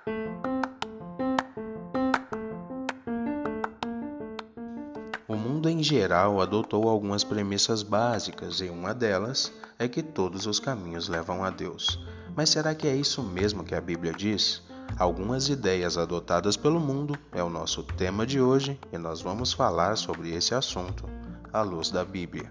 O mundo em geral adotou algumas premissas básicas e uma delas é que todos os caminhos levam a Deus. Mas será que é isso mesmo que a Bíblia diz? Algumas ideias adotadas pelo mundo é o nosso tema de hoje e nós vamos falar sobre esse assunto à luz da Bíblia.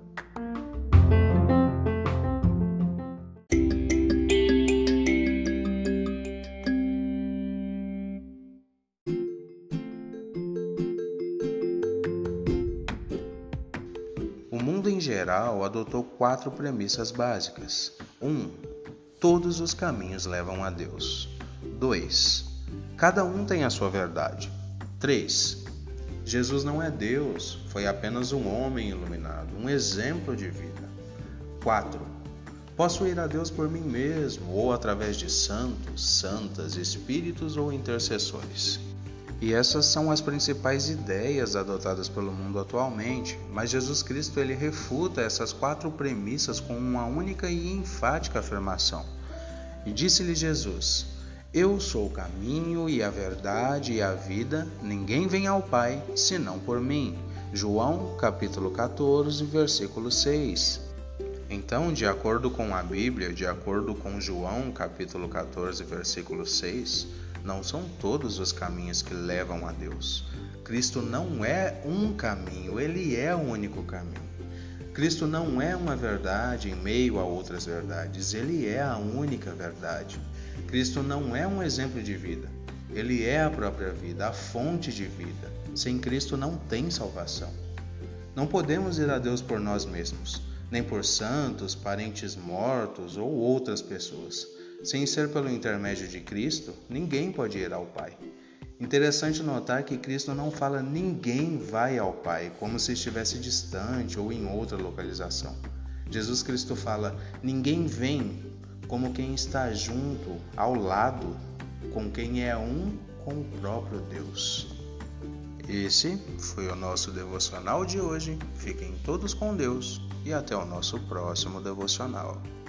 O mundo em geral adotou 4 premissas básicas. 1. Todos os caminhos levam a Deus. 2. Cada um tem a sua verdade. 3. Jesus não é Deus, foi apenas um homem iluminado, um exemplo de vida. 4. Posso ir a Deus por mim mesmo, ou através de santos, santas, espíritos ou intercessores. E essas são as principais ideias adotadas pelo mundo atualmente, mas Jesus Cristo ele refuta essas 4 premissas com uma única e enfática afirmação. E disse-lhe Jesus: Eu sou o caminho e a verdade e a vida, ninguém vem ao Pai senão por mim. João capítulo 14, versículo 6. Então, de acordo com a Bíblia, de acordo com João capítulo 14, versículo 6, não são todos os caminhos que levam a Deus. Cristo não é um caminho, ele é o único caminho. Cristo não é uma verdade em meio a outras verdades, ele é a única verdade. Cristo não é um exemplo de vida, ele é a própria vida, a fonte de vida. Sem Cristo não tem salvação. Não podemos ir a Deus por nós mesmos, nem por santos, parentes mortos ou outras pessoas. Sem ser pelo intermédio de Cristo, ninguém pode ir ao Pai. Interessante notar que Cristo não fala ninguém vai ao Pai, como se estivesse distante ou em outra localização. Jesus Cristo fala ninguém vem, como quem está junto, ao lado, com quem é um com o próprio Deus. Esse foi o nosso devocional de hoje. Fiquem todos com Deus e até o nosso próximo devocional.